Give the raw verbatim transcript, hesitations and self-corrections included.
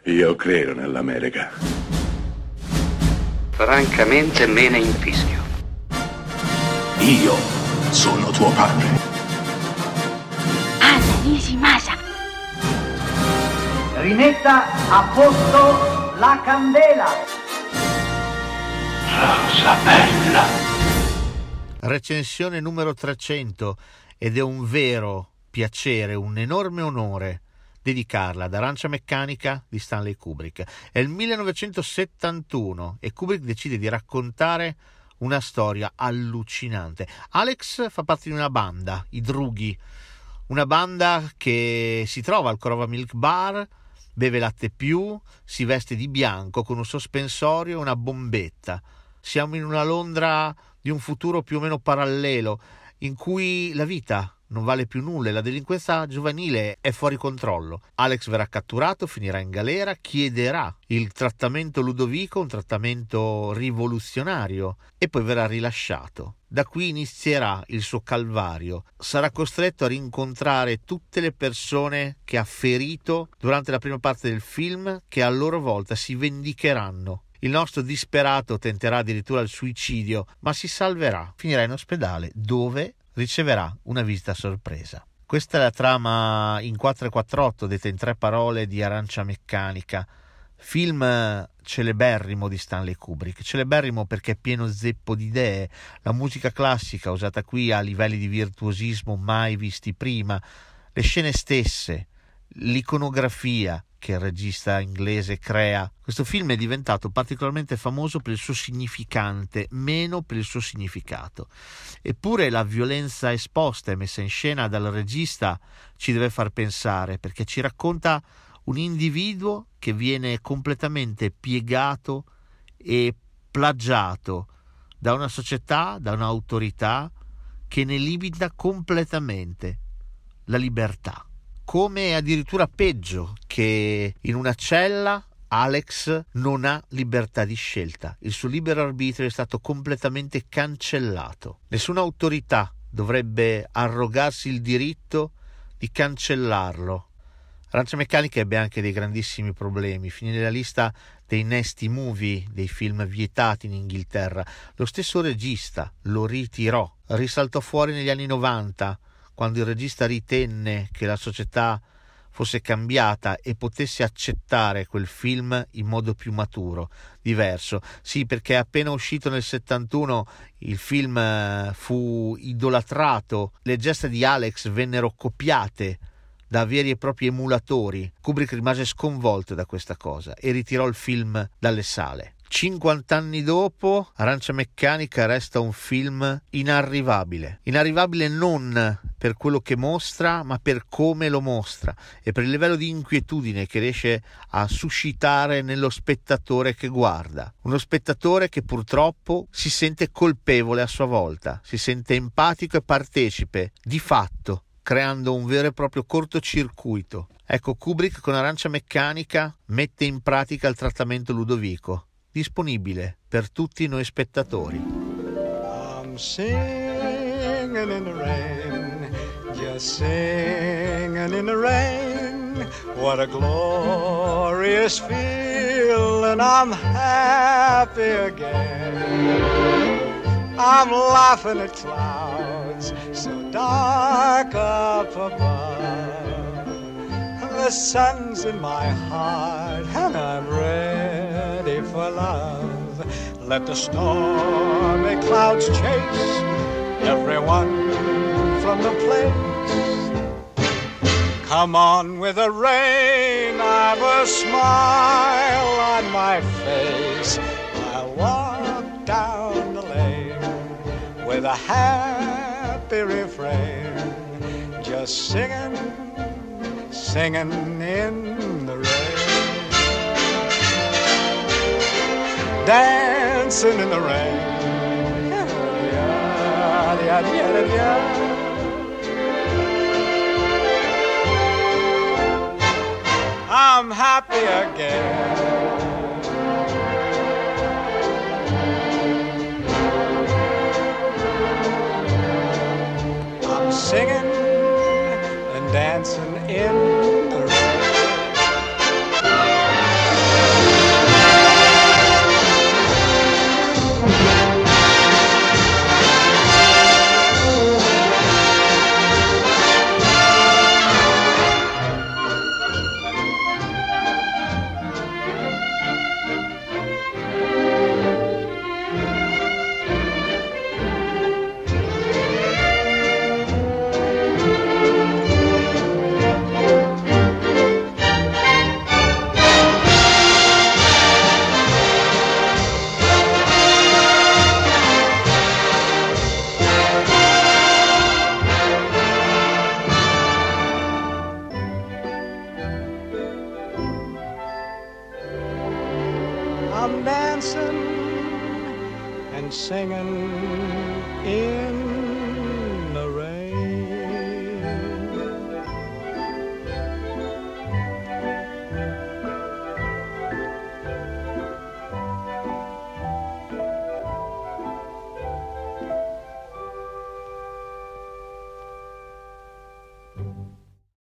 Io credo nell'America. Francamente me ne infischio. Io sono tuo padre. Anna Nishimasa. Rimetta a posto la candela. Rosa bella. Recensione numero trecento, ed è un vero piacere, un enorme onore dedicarla ad Arancia Meccanica di Stanley Kubrick. È il millenovecentosettantuno e Kubrick decide di raccontare una storia allucinante. Alex fa parte di una banda, i Drughi, una banda che si trova al Korova Milk Bar, beve latte più, si veste di bianco con un sospensorio e una bombetta. Siamo in una Londra di un futuro più o meno parallelo, in cui la vita non vale più nulla e la delinquenza giovanile è fuori controllo. Alex verrà catturato, finirà in galera, chiederà il trattamento Ludovico, un trattamento rivoluzionario, e poi verrà rilasciato. Da qui inizierà il suo calvario. Sarà costretto a rincontrare tutte le persone che ha ferito durante la prima parte del film, che a loro volta si vendicheranno. Il nostro disperato tenterà addirittura il suicidio, ma si salverà. Finirà in ospedale, dove riceverà una visita sorpresa. Questa è la trama in quattro e quarantotto, detta in tre parole, di Arancia Meccanica, film celeberrimo di Stanley Kubrick. Celeberrimo perché è pieno zeppo di idee. La musica classica usata qui a livelli di virtuosismo mai visti prima, le scene stesse, l'iconografia che il regista inglese crea. Questo film è diventato particolarmente famoso per il suo significante, meno per il suo significato. Eppure la violenza esposta e messa in scena dal regista ci deve far pensare, perché ci racconta un individuo che viene completamente piegato e plagiato da una società, da un'autorità che ne limita completamente la libertà. Come addirittura peggio, che in una cella Alex non ha libertà di scelta. Il suo libero arbitrio è stato completamente cancellato. Nessuna autorità dovrebbe arrogarsi il diritto di cancellarlo. Arancia Meccanica ebbe anche dei grandissimi problemi. Finì nella lista dei nasty movie, dei film vietati in Inghilterra. Lo stesso regista lo ritirò, risaltò fuori negli anni novanta, quando il regista ritenne che la società fosse cambiata e potesse accettare quel film in modo più maturo, diverso. Sì, perché appena uscito nel settantuno il film fu idolatrato, le gesta di Alex vennero copiate da veri e propri emulatori. Kubrick rimase sconvolto da questa cosa e ritirò il film dalle sale. cinquant'anni dopo, Arancia Meccanica resta un film inarrivabile. Inarrivabile non per quello che mostra, ma per come lo mostra e per il livello di inquietudine che riesce a suscitare nello spettatore che guarda. Uno spettatore che purtroppo si sente colpevole a sua volta, si sente empatico e partecipe, di fatto, creando un vero e proprio cortocircuito. Ecco, Kubrick con Arancia Meccanica mette in pratica il trattamento Ludovico, disponibile per tutti noi spettatori. I'm singing in the rain, just singing in the rain. What a glorious feeling, I'm happy again. I'm laughing at clouds so dark up above. The sun's in my heart and I'm ready for love. Let the stormy clouds chase everyone from the place. Come on with the rain, I've a smile on my face. I'll walk down the lane with a happy refrain, just singing, singing in the rain, dancing in the rain. I'm happy again. I'm singing and dancing in the rain. I'm dancing and singing in